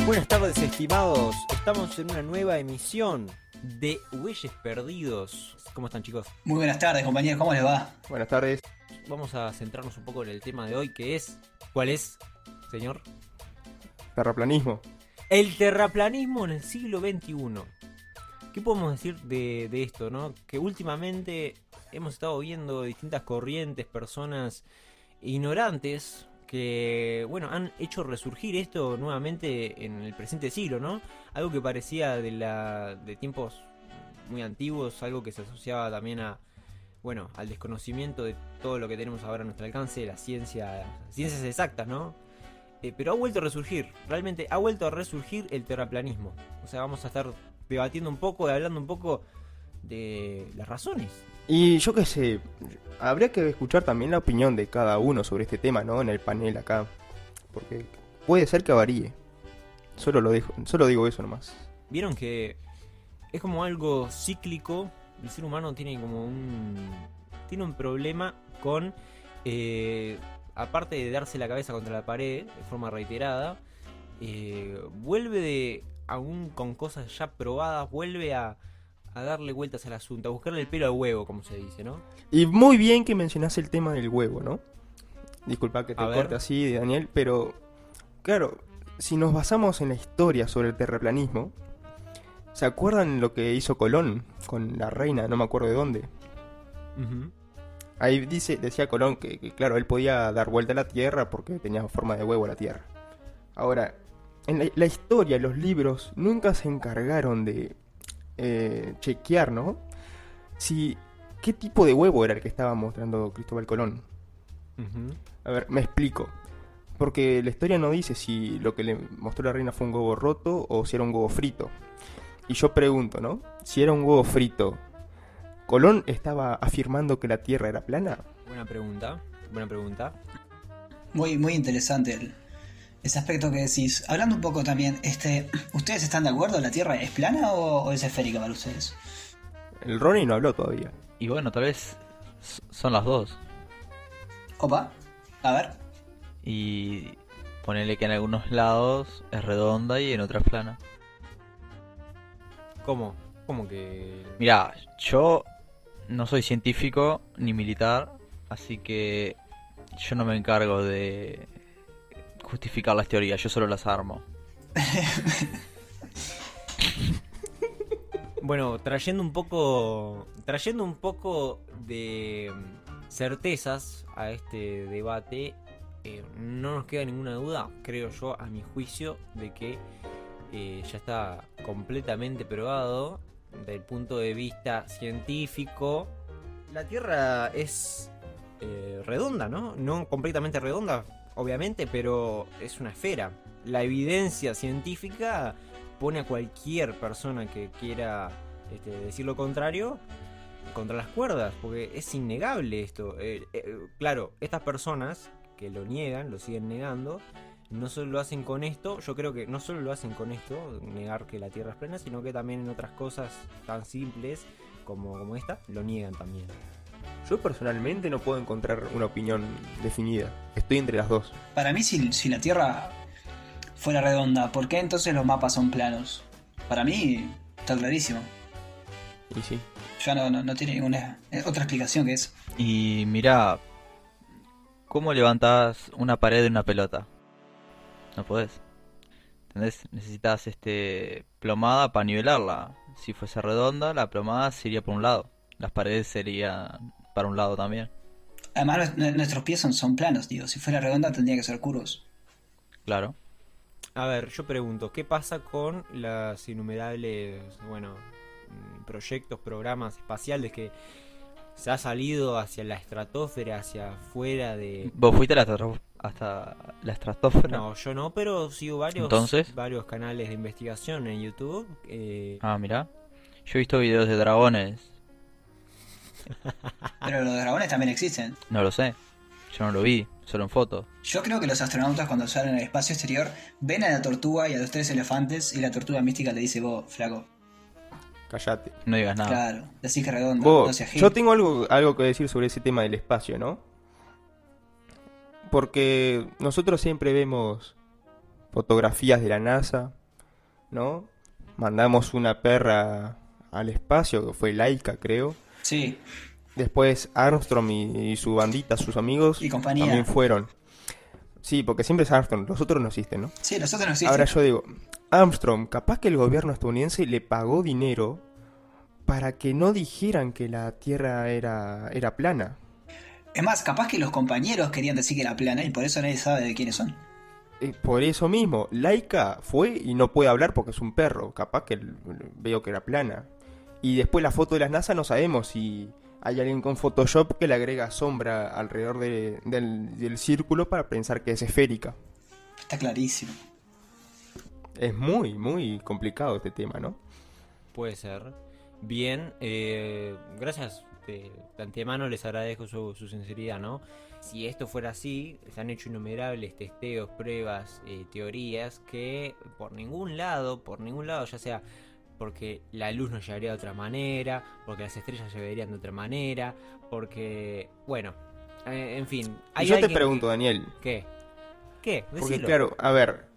Buenas tardes, estimados. Estamos en una nueva emisión de Huelles Perdidos. ¿Cómo están, chicos? Muy buenas tardes, compañeros. ¿Cómo les va? Buenas tardes. Vamos a centrarnos un poco en el tema de hoy, que es... ¿Cuál es, señor? Terraplanismo. El terraplanismo en el siglo XXI. ¿Qué podemos decir de esto, no? Que últimamente hemos estado viendo distintas corrientes, personas ignorantes que, bueno, han hecho resurgir esto nuevamente en el presente siglo, ¿no? Algo que parecía de tiempos muy antiguos, algo que se asociaba también a, bueno, al desconocimiento de todo lo que tenemos ahora a nuestro alcance, las ciencias exactas, ¿no? Pero ha vuelto a resurgir, realmente ha vuelto a resurgir el terraplanismo. O sea, vamos a estar debatiendo un poco y hablando un poco de las razones. Y yo qué sé, habría que escuchar también la opinión de cada uno sobre este tema, ¿no? En el panel acá. Porque puede ser que varíe. Solo digo eso nomás. Vieron que es como algo cíclico. El ser humano tiene como un problema con... aparte de darse la cabeza contra la pared de forma reiterada, vuelve aún con cosas ya probadas, vuelve a darle vueltas al asunto, a buscarle el pelo al huevo, como se dice, ¿no? Y muy bien que mencionás el tema del huevo, ¿no? Disculpa que te A ver. corte así, Daniel, pero... Claro, si nos basamos en la historia sobre el terraplanismo, ¿se acuerdan lo que hizo Colón con la reina, no me acuerdo de dónde? Uh-huh. Ahí decía Colón que, claro, él podía dar vuelta a la Tierra porque tenía forma de huevo la Tierra. Ahora, en la historia, los libros nunca se encargaron de chequear, ¿no? ¿Qué tipo de huevo era el que estaba mostrando Cristóbal Colón? Uh-huh. A ver, me explico. Porque la historia no dice si lo que le mostró la reina fue un huevo roto o si era un huevo frito. Y yo pregunto, ¿no? Si era un huevo frito, ¿Colón estaba afirmando que la Tierra era plana? Buena pregunta. Muy, muy interesante ese aspecto que decís. Hablando un poco también, ¿ustedes están de acuerdo? ¿La Tierra es plana o es esférica para ustedes? El Ronnie no habló todavía. Y bueno, tal vez son las dos. Opa, a ver. Y ponele que en algunos lados es redonda y en otras plana. ¿Cómo? ¿Cómo que...? Mirá, yo no soy científico ni militar, así que yo no me encargo de justificar las teorías, yo solo las armo. Bueno, trayendo un poco de certezas a este debate, no nos queda ninguna duda, creo yo, a mi juicio, de que ya está completamente probado desde el punto de vista científico. La Tierra es redonda, ¿no? No completamente redonda, obviamente, pero es una esfera. La evidencia científica pone a cualquier persona que quiera decir lo contrario contra las cuerdas, porque es innegable esto. Claro, estas personas que lo niegan, lo siguen negando, no solo lo hacen con esto, yo creo que no solo lo hacen con esto, negar que la Tierra es plana, sino que también en otras cosas tan simples como esta, lo niegan también. Yo personalmente no puedo encontrar una opinión definida. Estoy entre las dos. Para mí, si la Tierra fuera redonda, ¿por qué entonces los mapas son planos? Para mí está clarísimo. Y sí. Ya no tiene ninguna otra explicación que eso. Y mirá, ¿cómo levantás una pared de una pelota? No podés. ¿Entendés? Necesitas plomada para nivelarla. Si fuese redonda, la plomada sería por un lado. Las paredes serían para un lado también. Además, nuestros pies son planos, digo. Si fuera redonda tendría que ser curvos. Claro. A ver, yo pregunto, ¿qué pasa con las innumerables, proyectos, programas espaciales que se ha salido hacia la estratosfera, hacia afuera de... ¿Vos fuiste hasta la estratosfera? No, yo no, pero sigo varios canales de investigación en YouTube. Ah, mirá. Yo he visto videos de dragones. Pero los dragones también existen. No lo sé. Yo no lo vi, solo en fotos. Yo creo que los astronautas cuando salen al espacio exterior ven a la tortuga y a los 3 elefantes y la tortuga mística le dice, vos, flaco. Callate. No digas nada. Claro, decís que redondo, Vos, no seas gil. yo tengo algo que decir sobre ese tema del espacio, ¿no? Porque nosotros siempre vemos fotografías de la NASA, ¿no? Mandamos una perra al espacio, que fue Laika, creo. Sí, Después Armstrong y su bandita, sus amigos, y compañía. también fueron. Sí, porque siempre es Armstrong, los otros no existen, ¿no? Sí, los otros no existen. Ahora yo digo, Armstrong, capaz que el gobierno estadounidense le pagó dinero para que no dijeran que la Tierra era plana. Es más, capaz que los compañeros querían decir que era plana y por eso nadie sabe de quiénes son. Por eso mismo, Laika fue y no puede hablar porque es un perro. Capaz que veo que era plana. Y después la foto de las NASA no sabemos si hay alguien con Photoshop que le agrega sombra alrededor del círculo para pensar que es esférica. Está clarísimo. Es muy, muy complicado este tema, ¿no? Puede ser. Bien, gracias. De antemano les agradezco su sinceridad, ¿no? Si esto fuera así, se han hecho innumerables testeos, pruebas, teorías que por ningún lado, ya sea porque la luz nos llevaría de otra manera, porque las estrellas se verían de otra manera, porque, bueno, en fin. Y yo te pregunto, Daniel. ¿Qué? Porque Decilo. claro, a ver,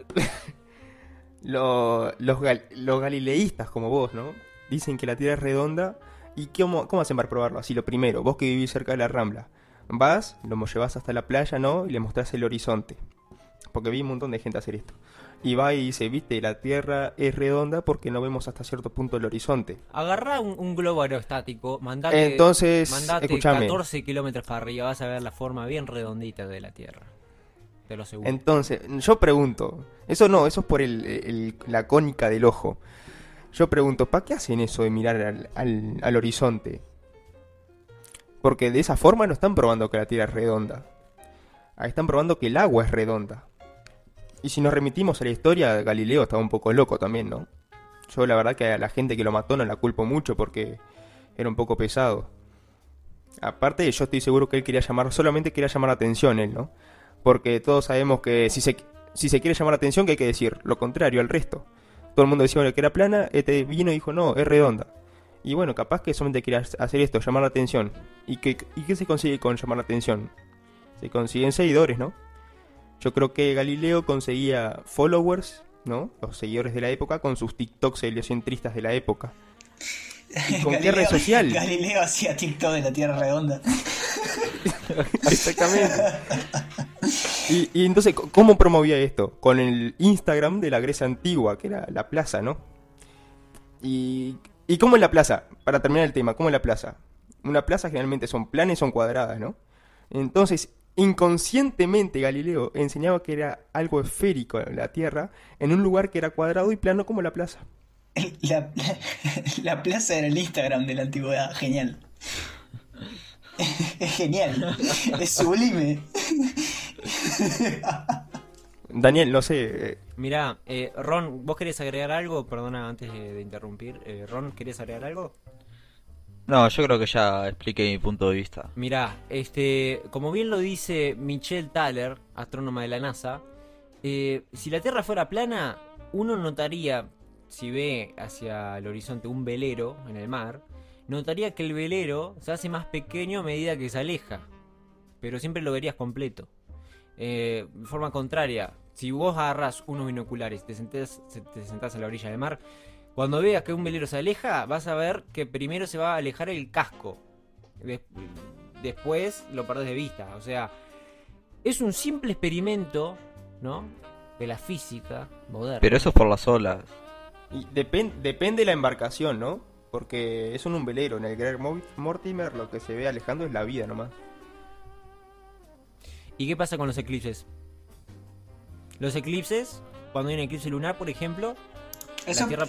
los galileístas como vos, ¿no? Dicen que la Tierra es redonda. ¿Y cómo hacen para probarlo? Así, lo primero, vos que vivís cerca de la Rambla, vas, lo llevas hasta la playa, ¿no? Y le mostrás el horizonte. Porque vi un montón de gente hacer esto. Y va y dice, viste, la Tierra es redonda porque no vemos hasta cierto punto el horizonte. Agarrá un globo aerostático, mandate Entonces, escúchame. 14 kilómetros para arriba, vas a ver la forma bien redondita de la Tierra. Te lo aseguro. Entonces, yo pregunto, eso es por la cónica del ojo. Yo pregunto, ¿para qué hacen eso de mirar al horizonte? Porque de esa forma no están probando que la Tierra es redonda. Ahí están probando que el agua es redonda. Y si nos remitimos a la historia, Galileo estaba un poco loco también, ¿no? Yo la verdad que a la gente que lo mató no la culpo mucho porque era un poco pesado. Aparte, yo estoy seguro que él solamente quería llamar la atención él, ¿no? Porque todos sabemos que si se quiere llamar la atención, ¿qué hay que decir? Lo contrario al resto. Todo el mundo decía que era plana, este vino y dijo, no, es redonda. Y bueno, capaz que solamente quería hacer esto, llamar la atención. ¿Y qué se consigue con llamar la atención? Se consiguen seguidores, ¿no? Yo creo que Galileo conseguía followers, ¿no? Los seguidores de la época con sus TikToks heliocentristas de la época. ¿Y con qué red social? Galileo hacía TikTok de la Tierra redonda. Exactamente. Y entonces, ¿cómo promovía esto? Con el Instagram de la Grecia antigua, que era la plaza, ¿no? ¿Y cómo es la plaza? Para terminar el tema, ¿cómo es la plaza? Una plaza generalmente son planas y son cuadradas, ¿no? Entonces, inconscientemente Galileo enseñaba que era algo esférico la Tierra en un lugar que era cuadrado y plano como la plaza. La plaza era el Instagram de la antigüedad, genial. Es genial, es sublime. Daniel, no sé. Mirá, Ron, ¿vos querés agregar algo? Perdona, antes de interrumpir. Ron, ¿querés agregar algo? No, yo creo que ya expliqué mi punto de vista. Mirá, como bien lo dice Michelle Thaler, astrónoma de la NASA, si la Tierra fuera plana, uno notaría, si ve hacia el horizonte un velero en el mar, notaría que el velero se hace más pequeño a medida que se aleja, pero siempre lo verías completo. De forma contraria, si vos agarrás unos binoculares y te sentás a la orilla del mar, cuando veas que un velero se aleja, vas a ver que primero se va a alejar el casco. Después lo perdés de vista. O sea, es un simple experimento, ¿no? De la física moderna. Pero eso es por las olas. Y depende de la embarcación, ¿no? Porque es un velero. En el Greg Mortimer lo que se ve alejando es la vida nomás. ¿Y qué pasa con los eclipses? Los eclipses, cuando hay un eclipse lunar, por ejemplo, Eso, la Tierra...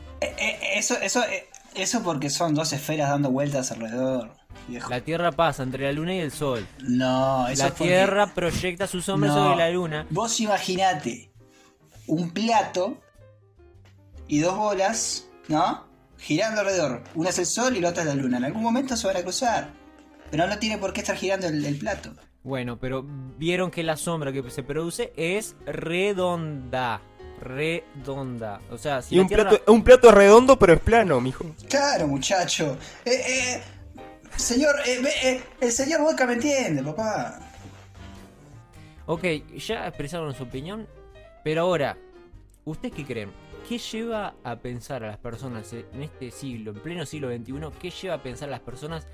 eso porque son dos esferas dando vueltas alrededor, viejo. La Tierra pasa entre la Luna y el Sol. No, eso La es porque... Tierra proyecta su sombra No. sobre la Luna. Vos imaginate un plato y dos bolas, ¿no? Girando alrededor. Una es el Sol y la otra es la Luna. En algún momento se van a cruzar. Pero no tiene por qué estar girando el plato. Bueno, pero vieron que la sombra que se produce es redonda. Redonda. O sea, si Y la Tierra... un plato redondo pero es plano, mijo. Claro, muchacho. Señor, el señor Boca me entiende, papá. Ok, ya expresaron su opinión. Pero ahora, ¿ustedes qué creen? ¿Qué lleva a pensar a las personas en este siglo, en pleno siglo XXI, qué lleva a pensar a las personas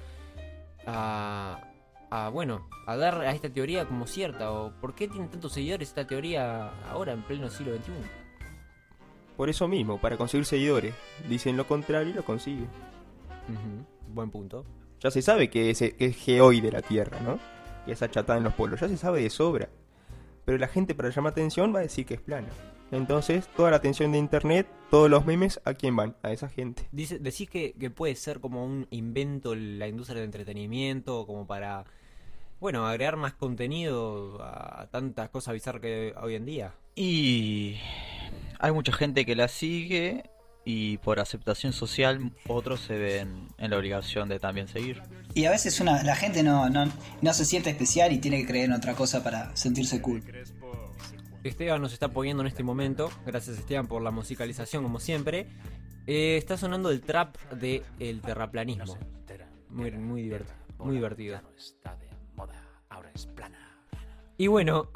a dar a esta teoría como cierta? ¿O por qué tiene tantos seguidores esta teoría ahora, en pleno siglo XXI? Por eso mismo, para conseguir seguidores. Dicen lo contrario y lo consiguen. Buen punto. Ya se sabe que es geoide la Tierra, ¿no? Que es achatada en los polos. Ya se sabe de sobra. Pero la gente, para llamar atención, va a decir que es plana. Entonces, toda la atención de internet, todos los memes, ¿a quién van? A esa gente. Decís que puede ser como un invento la industria del entretenimiento, como para, bueno, agregar más contenido a tantas cosas bizarras que hoy en día. Y hay mucha gente que la sigue y por aceptación social otros se ven en la obligación de también seguir. Y a veces la gente no se siente especial y tiene que creer en otra cosa para sentirse cool. Esteban nos está poniendo en este momento, gracias Esteban por la musicalización como siempre. Está sonando el trap del terraplanismo. Muy divertido. Y bueno,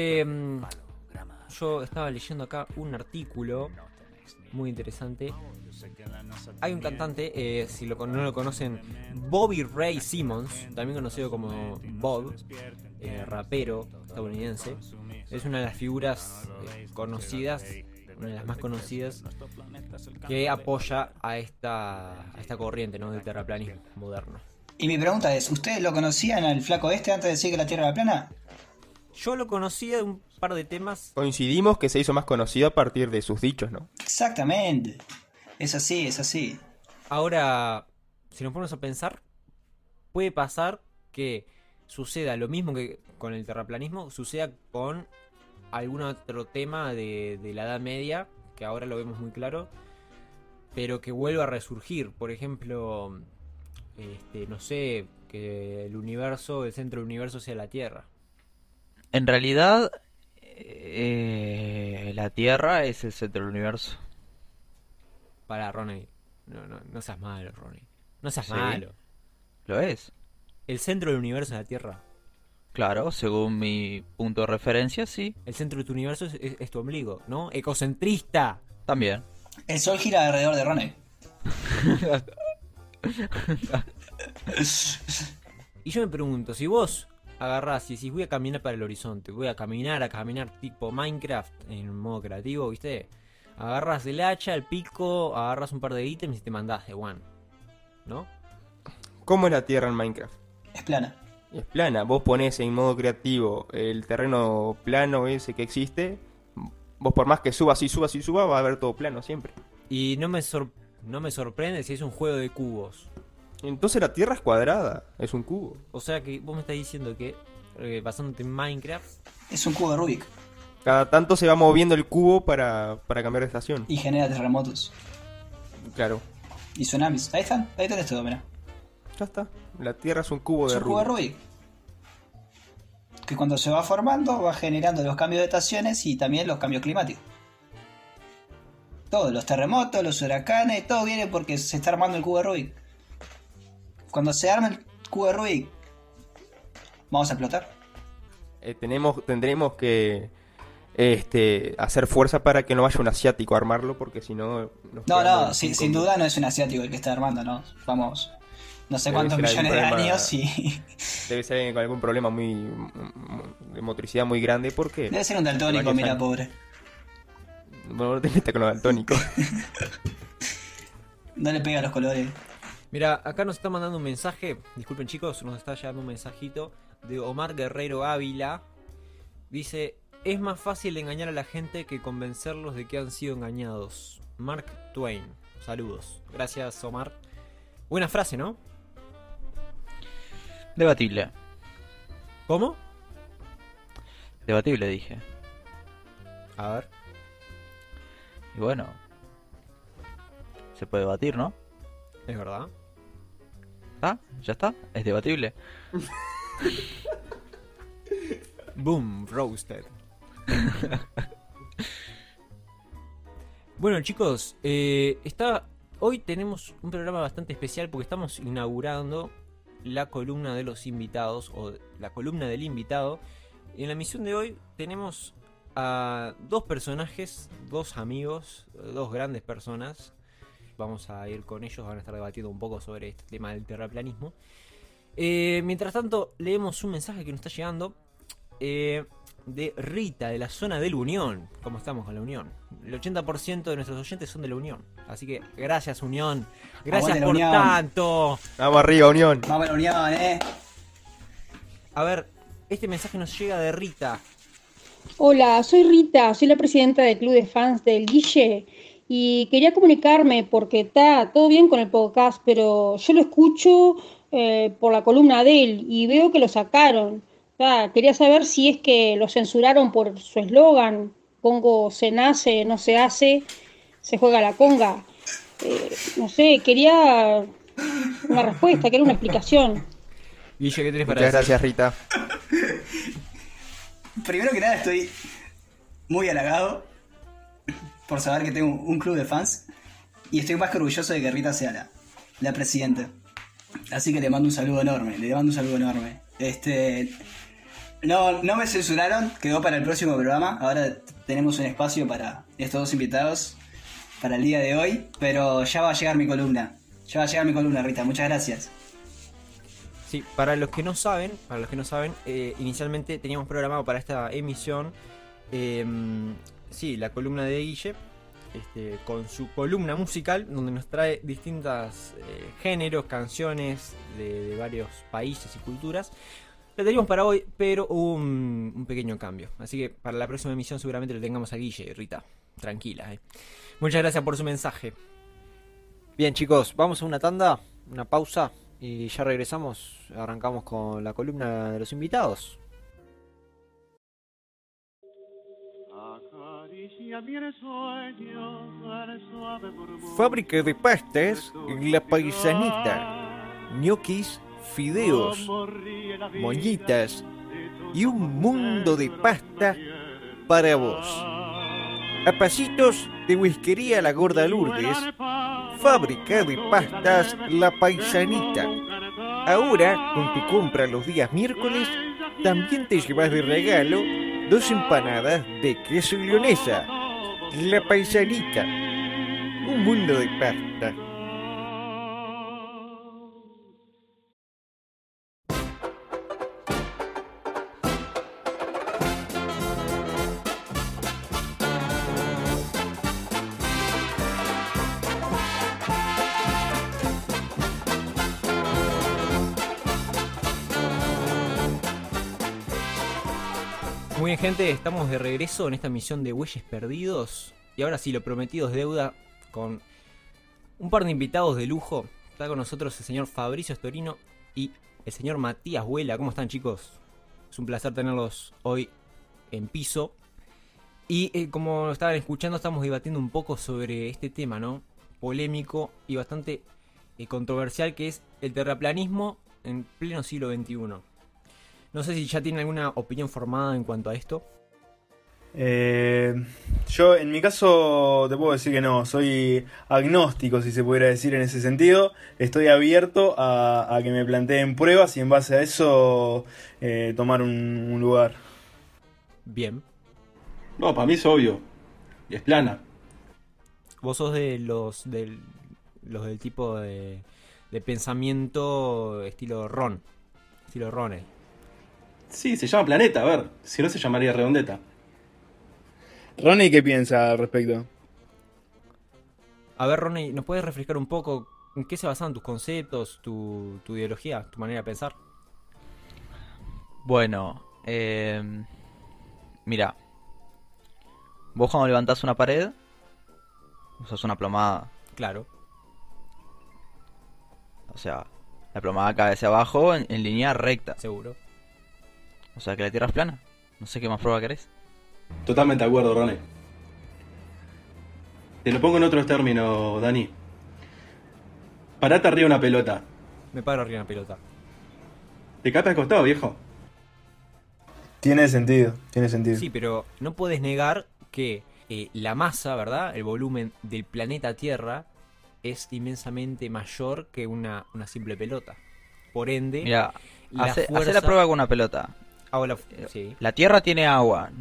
yo estaba leyendo acá un artículo muy interesante. Hay un cantante, si no lo conocen, Bobby Ray Simmons, también conocido como Bob, rapero estadounidense. Es una de las figuras conocidas, una de las más conocidas, que apoya a esta corriente, ¿no?, del terraplanismo moderno. Y mi pregunta es, ¿ustedes lo conocían al flaco este antes de decir que la Tierra era plana? Yo lo conocía de un par de temas. Coincidimos que se hizo más conocido a partir de sus dichos, ¿no? Exactamente. Es así, es así. Ahora, si nos ponemos a pensar, puede pasar que suceda lo mismo que con el terraplanismo, suceda con algún otro tema de la Edad Media, que ahora lo vemos muy claro, pero que vuelva a resurgir. Por ejemplo, no sé, que el centro del universo sea la Tierra. En realidad, la Tierra es el centro del universo. Para Ronnie, no seas malo, Ronnie. No seas Sí. malo. ¿Lo es? El centro del universo es la Tierra. Claro, según mi punto de referencia, sí. El centro de tu universo es tu ombligo, ¿no? Ecocentrista. También. El sol gira alrededor de Ronnie. Y yo me pregunto, si vos agarrás y decís voy a caminar para el horizonte, voy a caminar tipo Minecraft en modo creativo, ¿viste? Agarras el hacha, el pico, agarras un par de ítems y te mandás de one, ¿no? ¿Cómo es la Tierra en Minecraft? Es plana. Es plana. Vos ponés en modo creativo el terreno plano ese que existe. Vos por más que subas y subas y subas, va a haber todo plano siempre. Y no me sorprende si es un juego de cubos. Entonces la Tierra es cuadrada, es un cubo. O sea que vos me estás diciendo que, basándote en Minecraft, Es un cubo de Rubik. Cada tanto se va moviendo el cubo para cambiar de estación. Y genera terremotos. Claro, Y tsunamis. Ahí están. Ahí tenés todo, mirá. ya está. La Tierra es un cubo Es de un cubo de Rubik. Rubik. Que cuando se va formando va generando los cambios de estaciones y también los cambios climáticos. Todos, los terremotos, los huracanes, todo viene porque se está armando el cubo de Rubik. Cuando se arma el cubo de Rubik, vamos a explotar. Tendremos que hacer fuerza para que no vaya un asiático a armarlo, porque si no... No, sin duda no es un asiático el que está armando, ¿no? Vamos, no sé Debe cuántos ser algún millones de problema. años y... Debe ser con algún problema de motricidad muy grande, porque... Debe ser un daltónico, varios mira, años. pobre. Bueno, no te metas con los daltónicos. No le pega los colores. mira, acá nos está mandando un mensaje, disculpen chicos, nos está llegando un mensajito de Omar Guerrero Ávila. Dice, es más fácil engañar a la gente que convencerlos de que han sido engañados. Mark Twain, saludos. Gracias Omar. Buena frase, ¿no? Debatible. ¿Cómo? Debatible, dije. A ver. Y bueno, se puede debatir, ¿no? Es verdad. ¿Está? ¿Ya está? Es debatible. Boom, roasted. Bueno chicos, hoy tenemos un programa bastante especial porque estamos inaugurando la columna de los invitados o la columna del invitado. Y en la emisión de hoy tenemos a dos personajes, dos amigos, dos grandes personas. Vamos a ir con ellos, van a estar debatiendo un poco sobre este tema del terraplanismo. Mientras tanto, leemos un mensaje que nos está llegando de Rita, de la zona de la Unión. ¿Cómo estamos con la Unión? El 80% de nuestros oyentes son de la Unión. Así que gracias, Unión. Gracias por tanto. Vamos arriba, Unión. Vamos a la Unión, A ver, este mensaje nos llega de Rita. Hola, soy Rita, soy la presidenta del club de fans del Guille y quería comunicarme porque está todo bien con el podcast, pero yo lo escucho por la columna de él y veo que lo sacaron. Quería saber si es que lo censuraron por su eslogan, Congo se nace, no se hace, se juega la conga. No sé, quería una respuesta, quería una explicación. Guille, ¿qué tenés para Muchas decir? gracias, Rita. Primero que nada estoy muy halagado por saber que tengo un club de fans y estoy más que orgulloso de que Rita sea la presidenta. Así que le mando un saludo enorme, No me censuraron, quedó para el próximo programa. Ahora tenemos un espacio para estos dos invitados para el día de hoy, pero ya va a llegar mi columna. Rita, muchas gracias. Sí, para los que no saben, inicialmente teníamos programado para esta emisión, la columna de Guille, con su columna musical, donde nos trae distintos géneros, canciones de varios países y culturas. La teníamos para hoy, pero hubo un pequeño cambio. Así que para la próxima emisión seguramente lo tengamos a Guille, Rita. Tranquila. Muchas gracias por su mensaje. Bien, chicos, vamos a una tanda, una pausa. Y ya regresamos, arrancamos con la columna de los invitados. Fábrica de pastas La Paisanita. Ñoquis, fideos, moñitas y un mundo de pasta para vos. A pasitos de Whiskería La Gorda Lourdes, fábrica de pastas La Paisanita. Ahora, con tu compra los días miércoles, también te llevas de regalo 2 empanadas de queso y lionesa. La Paisanita, un mundo de pasta. Muy bien, gente, estamos de regreso en esta misión de Bueyes Perdidos. Y ahora sí, lo prometido es deuda, con un par de invitados de lujo. Está con nosotros el señor Fabricio Storino y el señor Matías Huela. ¿Cómo están, chicos? Es un placer tenerlos hoy en piso. Y como estaban escuchando, estamos debatiendo un poco sobre este tema, ¿no? Polémico y bastante controversial, que es el terraplanismo en pleno siglo XXI. No sé si ya tienen alguna opinión formada en cuanto a esto. Yo en mi caso te puedo decir que no, soy agnóstico, si se pudiera decir en ese sentido. Estoy abierto a que me planteen pruebas y en base a eso tomar un lugar. Bien. No, para mí es obvio. Y es plana. Vos sos de los del tipo de pensamiento estilo Ron. Estilo Roney. Sí, se llama planeta, a ver. Si no se llamaría redondeta. Ronnie, ¿qué piensa al respecto? A ver, Roney, ¿nos puedes refrescar un poco en qué se basaban tus conceptos, tu ideología, tu manera de pensar? Bueno, mira, vos cuando levantás una pared, usas una plomada. Claro. O sea, la plomada cae hacia abajo en línea recta. Seguro. O sea que la Tierra es plana. No sé qué más prueba querés. Totalmente de acuerdo, Ronnie. Te lo pongo en otros términos, Dani. Parate arriba de una pelota. Me paro arriba de una pelota. Te cae al costado, viejo. Tiene sentido. Sí, pero no puedes negar que la masa, ¿verdad? El volumen del planeta Tierra es inmensamente mayor que una simple pelota. Por ende, mira, la hace fuerza... la prueba con una pelota. Sí. La Tierra tiene agua, ¿no?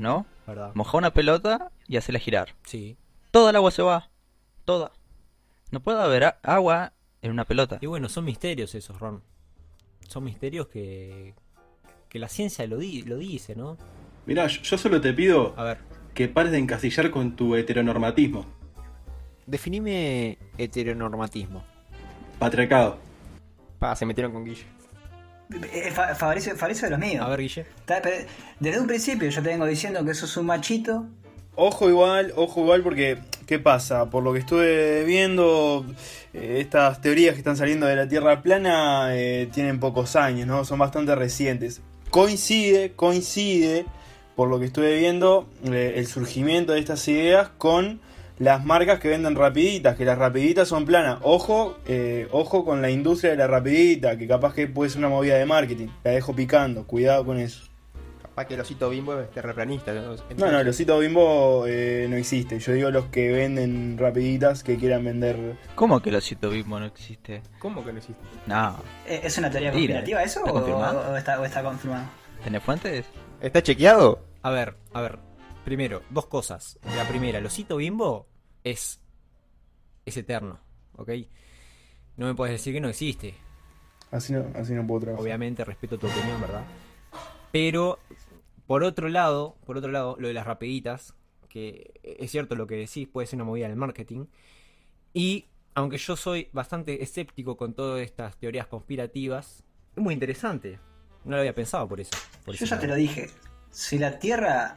¿Verdad? Moja una pelota y hacela girar. Sí. Toda el agua se va. Toda. No puede haber agua en una pelota. Y bueno, son misterios esos, Ron. Son misterios que la ciencia lo dice, ¿no? Mirá, yo solo te pido A ver, que pares de encasillar con tu heteronormatismo. Definime heteronormatismo. Patriarcado. Se metieron con Guille. Fabricio de los míos. a ver, Guille. Desde un principio yo te vengo diciendo que sos un machito. Ojo igual, porque, ¿qué pasa? Por lo que estuve viendo, estas teorías que están saliendo de la Tierra plana tienen pocos años, ¿no? Son bastante recientes. Coincide, por lo que estuve viendo, el surgimiento de estas ideas con las marcas que venden rapiditas, que las rapiditas son planas. Ojo con la industria de la rapidita, que capaz que puede ser una movida de marketing. La dejo picando, cuidado con eso. Capaz que el osito Bimbo es terraplanista. ¿No? No, el osito Bimbo no existe. Yo digo los que venden rapiditas que quieran vender. ¿Cómo que el osito Bimbo no existe? ¿Cómo que no existe? No. ¿Es una teoría Mira, conspirativa eso ¿está confirmado? o está confirmado? ¿Tenés fuentes? ¿Está chequeado? A ver. Primero, dos cosas. La primera, el osito Bimbo es eterno, ¿ok? No me puedes decir que no existe. Así no puedo trabajar. Obviamente respeto tu opinión, ¿verdad? Pero, por otro lado, lo de las rapiditas, que es cierto lo que decís, puede ser una movida del marketing. Y, aunque yo soy bastante escéptico con todas estas teorías conspirativas, es muy interesante. No lo había pensado por eso. Yo ya te lo dije. Si la Tierra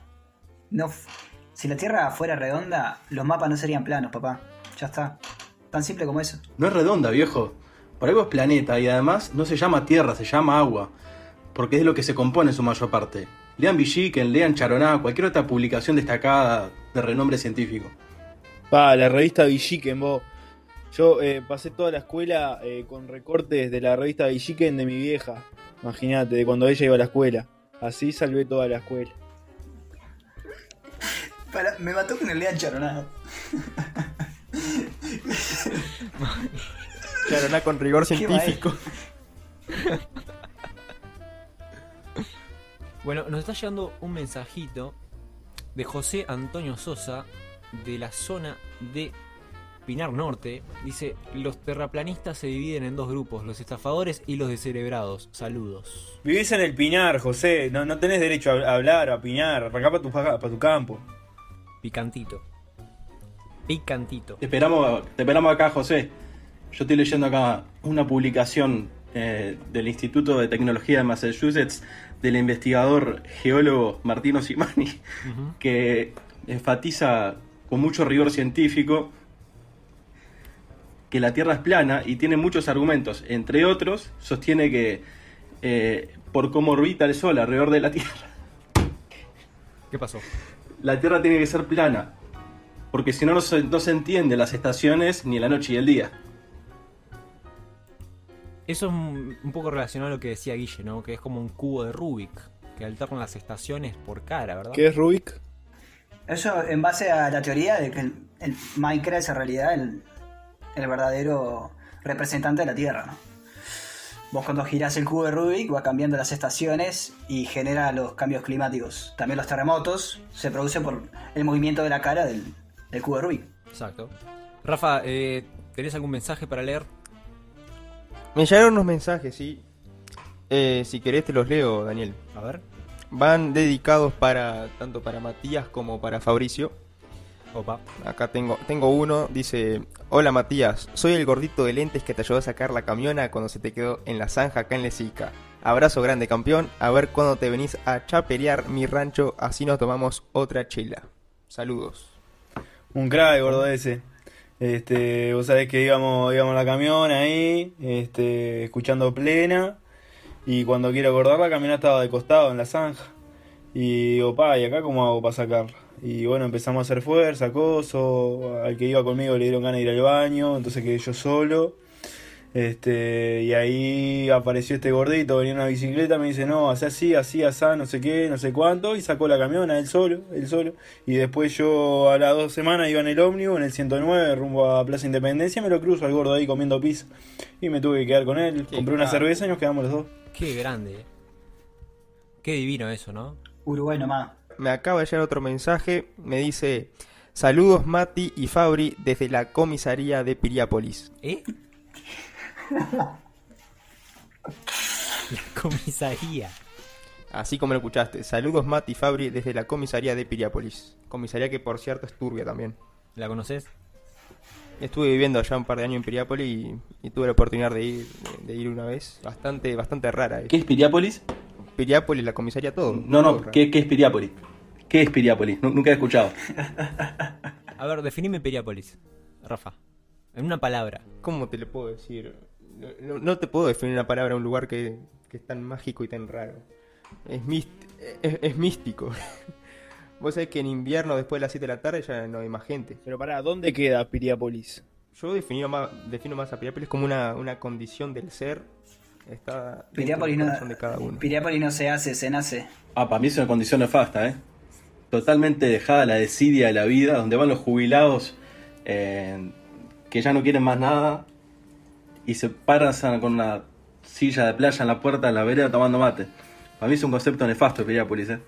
fuera redonda, los mapas no serían planos, papá. Ya está. Tan simple como eso. No es redonda, viejo. Por algo es planeta y además no se llama tierra, se llama agua. Porque es de lo que se compone en su mayor parte. Lean Villiquen, lean Charoná, cualquier otra publicación destacada de renombre científico. La revista Villiquen, vos. Yo pasé toda la escuela con recortes de la revista Villiquen de mi vieja. Imagínate, de cuando ella iba a la escuela. Así salvé toda la escuela. Me mató con el Lean Charonado. Charoná con rigor científico. Bueno, nos está llegando un mensajito de José Antonio Sosa de la zona de Pinar Norte. Dice: los terraplanistas se dividen en dos grupos, los estafadores y los descerebrados. Saludos. Vivís en el Pinar, José. No tenés derecho a hablar, a opinar. Arrancá para tu campo. Picantito. Te esperamos acá, José. Yo estoy leyendo acá una publicación del Instituto de Tecnología de Massachusetts del investigador geólogo Martino Simani, que enfatiza con mucho rigor científico que la Tierra es plana y tiene muchos argumentos. Entre otros, sostiene que por cómo orbita el Sol alrededor de la Tierra, ¿Qué pasó? la Tierra tiene que ser plana, porque si no, no se entiende las estaciones ni la noche y el día. Eso es un poco relacionado a lo que decía Guille, ¿no? Que es como un cubo de Rubik, que alternan las estaciones por cara, ¿verdad? ¿Qué es Rubik? Eso en base a la teoría de que el Minecraft es en realidad el verdadero representante de la Tierra, ¿no? Vos cuando girás el cubo de Rubik va cambiando las estaciones y genera los cambios climáticos. También los terremotos se producen por el movimiento de la cara del cubo de Rubik. Exacto. Rafa, ¿tenés algún mensaje para leer? Me llegaron unos mensajes, sí. Si querés te los leo, Daniel. A ver. Van dedicados tanto para Matías como para Fabricio. Opa. Acá tengo uno, dice: hola Matías, soy el gordito de lentes que te ayudó a sacar la camiona cuando se te quedó en la zanja acá en Lesica. Abrazo grande, campeón. A ver cuándo te venís a chaperear mi rancho, así nos tomamos otra chela. Saludos. Un crack, gordo ese. Vos sabés que íbamos en la camiona ahí, escuchando plena. Y cuando quiero acordar, la camiona estaba de costado en la zanja. Y digo, ¿y acá cómo hago para sacarla? Y bueno, empezamos a hacer fuerza, acoso. Al que iba conmigo le dieron ganas de ir al baño, entonces quedé yo solo. Y ahí apareció este gordito, venía en una bicicleta, me dice: no, así, asá, no sé qué, no sé cuánto. Y sacó la camiona, él solo. Y después yo a las 2 semanas iba en el ómnibus, en el 109, rumbo a Plaza Independencia. Me lo cruzo al gordo ahí comiendo pizza. Y me tuve que quedar con él. Compré una cerveza y nos quedamos los dos. Qué grande. Qué divino eso, ¿no? Uruguay nomás. Me acaba de llegar otro mensaje, me dice: saludos Mati y Fabri desde la comisaría de Piriápolis. ¿Eh? Comisaría. Así como lo escuchaste, saludos Mati y Fabri desde la comisaría de Piriápolis. Comisaría que por cierto es turbia también. ¿La conoces? Estuve viviendo allá un par de años en Piriápolis y tuve la oportunidad de ir una vez. Bastante rara. ¿Qué es Piriápolis? Piriápolis, la comisaría, todo. No, todo ¿qué es Piriápolis? ¿Qué es Piriápolis? Nunca he escuchado. A ver, definime Piriápolis, Rafa. En una palabra. ¿Cómo te lo puedo decir? No te puedo definir una palabra a un lugar que es tan mágico y tan raro. Es místico. Vos sabés que en invierno, después de las 7 de la tarde, ya no hay más gente. Pero pará, ¿dónde queda Piriápolis? Yo defino más a Piriápolis como una condición del ser. Está Piriápolis dentro del no, corazón de cada uno. Piriápolis no se hace, se nace. Para mí es una condición nefasta, ¿eh? Totalmente dejada la desidia de la vida, donde van los jubilados que ya no quieren más nada y se paran con una silla de playa en la puerta de la vereda tomando mate. Para mí es un concepto nefasto de Piriápolis, ¿eh?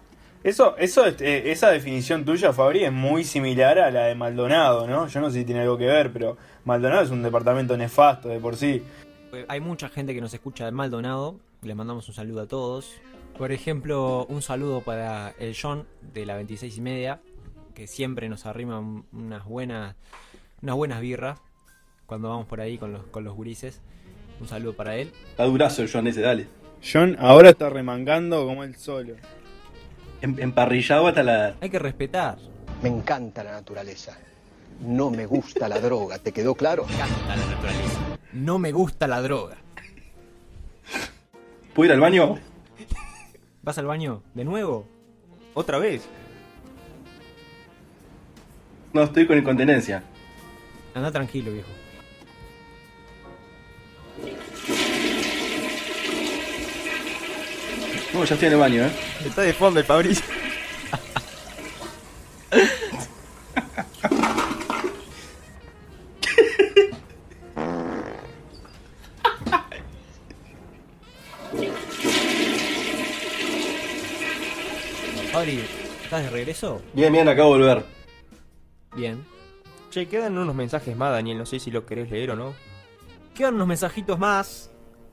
Esa definición tuya, Fabri, es muy similar a la de Maldonado, ¿no? Yo no sé si tiene algo que ver, pero Maldonado es un departamento nefasto de por sí. Hay mucha gente que nos escucha de Maldonado. Les mandamos un saludo a todos. Por ejemplo, un saludo para el John de la 26:30, que siempre nos arrima unas buenas birras cuando vamos por ahí con los gurises. Un saludo para él. Está durazo el John ese, dale. John ahora está remangando como él solo. Emparrillado hasta la... Hay que respetar. Me encanta la naturaleza. No me gusta la droga, ¿te quedó claro? Me encanta la naturaleza. No me gusta la droga. ¿Puedo ir al baño? ¿Vas al baño de nuevo? ¿Otra vez? No, estoy con incontinencia. Anda tranquilo, viejo. No, ya estoy en el baño, ¿eh? Está de fondo el Fabricio. Fabri, ¿estás de regreso? Bien, acabo de volver. Bien. Che, quedan unos mensajes más, Daniel. No sé si lo querés leer o no. Quedan unos mensajitos más.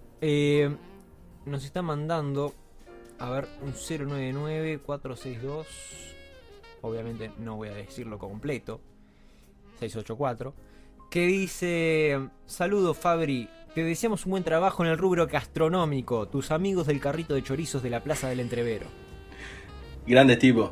Nos está mandando, a ver, un 099-462. Obviamente no voy a decirlo completo. 684. Que dice: saludos Fabri, te deseamos un buen trabajo en el rubro gastronómico. Tus amigos del carrito de chorizos de la Plaza del Entrevero. Grandes tipos.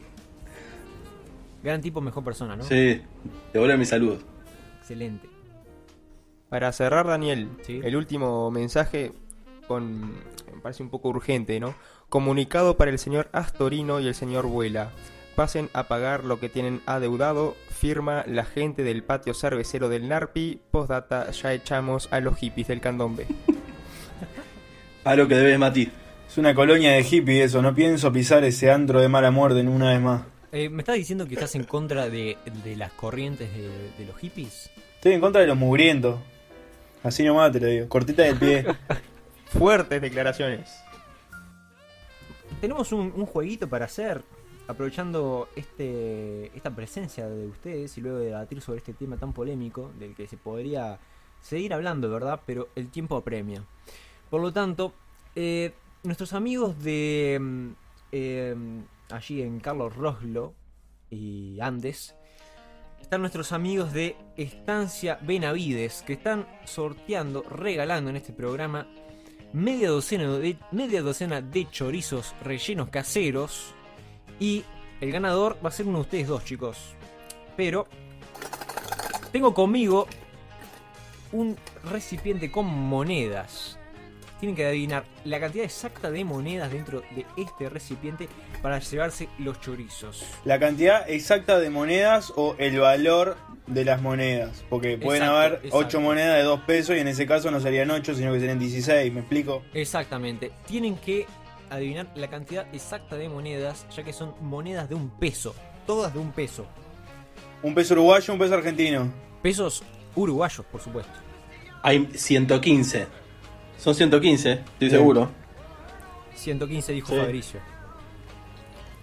Gran tipo, mejor persona, ¿no? Sí, devuelve mis saludos. Excelente. Para cerrar, Daniel, ¿Sí? El último mensaje me parece un poco urgente, ¿no? Comunicado para el señor Astorino y el señor Vuela. Pasen a pagar lo que tienen adeudado. Firma la gente del patio cervecero del Narpi. Postdata, ya echamos a los hippies del candombe. A lo que debes, Mati. Es una colonia de hippie eso, no pienso pisar ese antro de mala muerte en una vez más. ¿Me estás diciendo que estás en contra de las corrientes de los hippies? Estoy en contra de los mugrientos. Así nomás te lo digo, cortita del pie. Fuertes declaraciones. Tenemos un jueguito para hacer, aprovechando esta presencia de ustedes y luego de debatir sobre este tema tan polémico del que se podría seguir hablando, ¿verdad? Pero el tiempo apremia. Por lo tanto, nuestros amigos de allí en Carlos Roslo y Andes, están nuestros amigos de Estancia Benavides, que están sorteando, regalando en este programa media docena de chorizos rellenos caseros. Y el ganador va a ser uno de ustedes dos, chicos. Pero tengo conmigo un recipiente con monedas. Tienen que adivinar la cantidad exacta de monedas dentro de este recipiente para llevarse los chorizos. La cantidad exacta de monedas o el valor de las monedas. Porque pueden haber 8 monedas de 2 pesos y en ese caso no serían 8, sino que serían 16, ¿me explico? Exactamente. Tienen que adivinar la cantidad exacta de monedas, ya que son monedas de un peso. Todas de un peso. Un peso uruguayo, un peso argentino. Pesos uruguayos, por supuesto. Hay 115. Son 115, estoy seguro. 115 dijo Sí. Fabricio.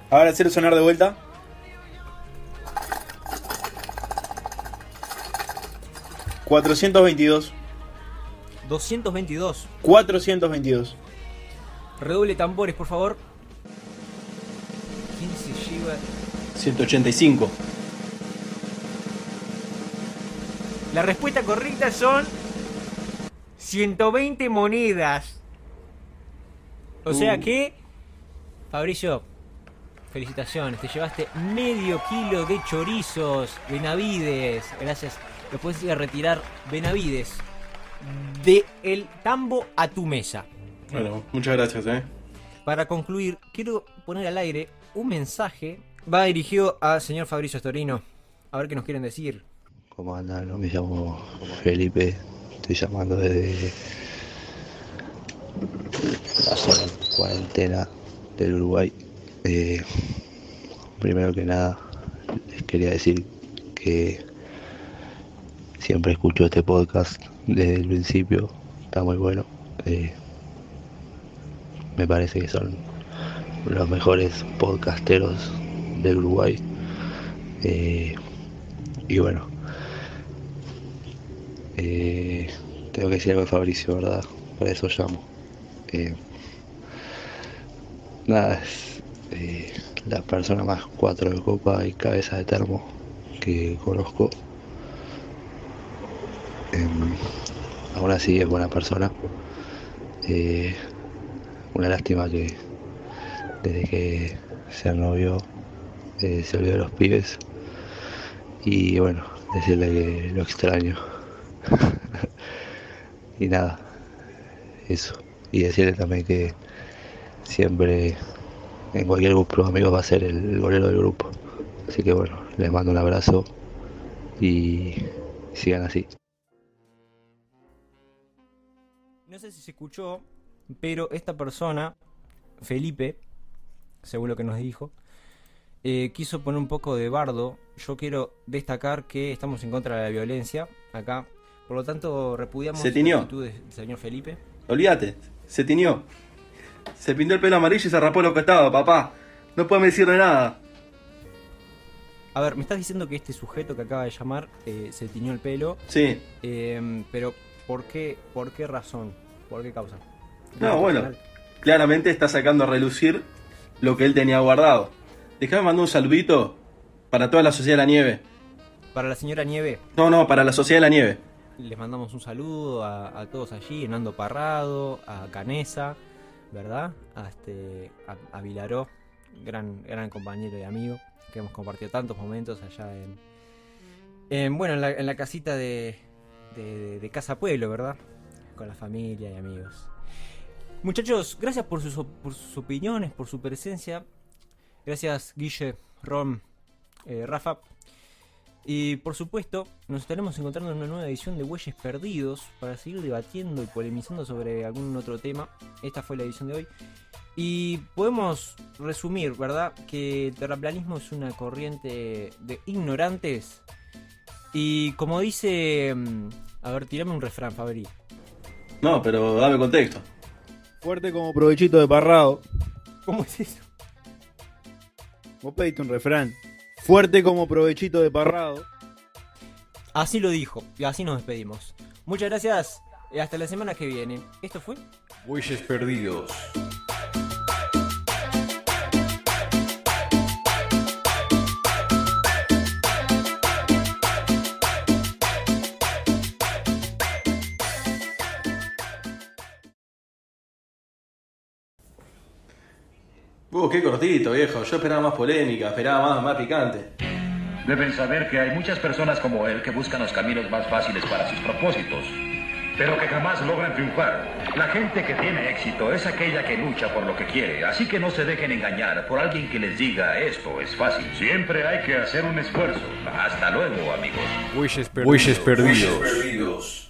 Ahora hacer sonar de vuelta. $422. 222. 422. Redoble tambores, por favor. ¿Quién se lleva? 185. La respuesta correcta son 120 monedas. O sea que, Fabricio, felicitaciones. Te llevaste medio kilo de chorizos Benavides. Gracias. Lo puedes ir a retirar, Benavides, de el tambo a tu mesa. Bueno, muchas gracias, Para concluir, quiero poner al aire un mensaje. Va dirigido al señor Fabricio Storino. A ver qué nos quieren decir. ¿Cómo andan? Me llamo Felipe. Estoy llamando desde la zona de cuarentena del Uruguay. Primero que nada, les quería decir que siempre escucho este podcast desde el principio. Está muy bueno. Me parece que son los mejores podcasteros del Uruguay. Y bueno, tengo que decir algo de Fabricio, ¿verdad? Por eso llamo. Nada, es la persona más 4 de copa y cabeza de termo que conozco. Aún así es buena persona. Una lástima que desde que se novio se olvidó de los pibes. Y bueno, decirle que lo extraño. Y nada, eso. Y decirle también que siempre en cualquier grupo de amigos va a ser el golero del grupo. Así que bueno, les mando un abrazo y sigan así. No sé si se escuchó, pero esta persona, Felipe, según lo que nos dijo, quiso poner un poco de bardo. Yo quiero destacar que estamos en contra de la violencia acá. Por lo tanto, repudiamos la actitud del señor Felipe. Olvídate, se tiñó. Se pintó el pelo amarillo y se rapó los costados, papá. No puede decirle nada. A ver, me estás diciendo que este sujeto que acaba de llamar se tiñó el pelo. Sí. Pero, ¿por qué razón? ¿Por qué causa? No, bueno, claramente está sacando a relucir lo que él tenía guardado. Déjame mandar un saludito para toda la Sociedad de la Nieve. ¿Para la señora Nieve? No, para la Sociedad de la Nieve. Les mandamos un saludo a todos allí, Hernando Parrado, a Canesa, ¿verdad? A Vilaró, gran compañero y amigo, que hemos compartido tantos momentos allá en la casita de Casa Pueblo, ¿verdad? Con la familia y amigos. Muchachos, gracias por sus opiniones, por su presencia. Gracias, Guille, Ron, Rafa. Y por supuesto, nos estaremos encontrando en una nueva edición de Bueyes Perdidos para seguir debatiendo y polemizando sobre algún otro tema. Esta fue la edición de hoy. Y podemos resumir, ¿verdad?, que el terraplanismo es una corriente de ignorantes. Y como dice... A ver, tirame un refrán, Fabri. No, pero dame contexto. Fuerte como provechito de parrado. ¿Cómo es eso? Vos pediste un refrán. Fuerte como provechito de parrado. Así lo dijo, y así nos despedimos. Muchas gracias, y hasta la semana que viene. Esto fue Bueyes Perdidos. Qué cortito, viejo. Yo esperaba más polémica, esperaba más picante. Deben saber que hay muchas personas como él que buscan los caminos más fáciles para sus propósitos, pero que jamás logran triunfar. La gente que tiene éxito es aquella que lucha por lo que quiere, así que no se dejen engañar por alguien que les diga esto es fácil. Siempre hay que hacer un esfuerzo. Hasta luego, amigos. Bueyes Perdidos.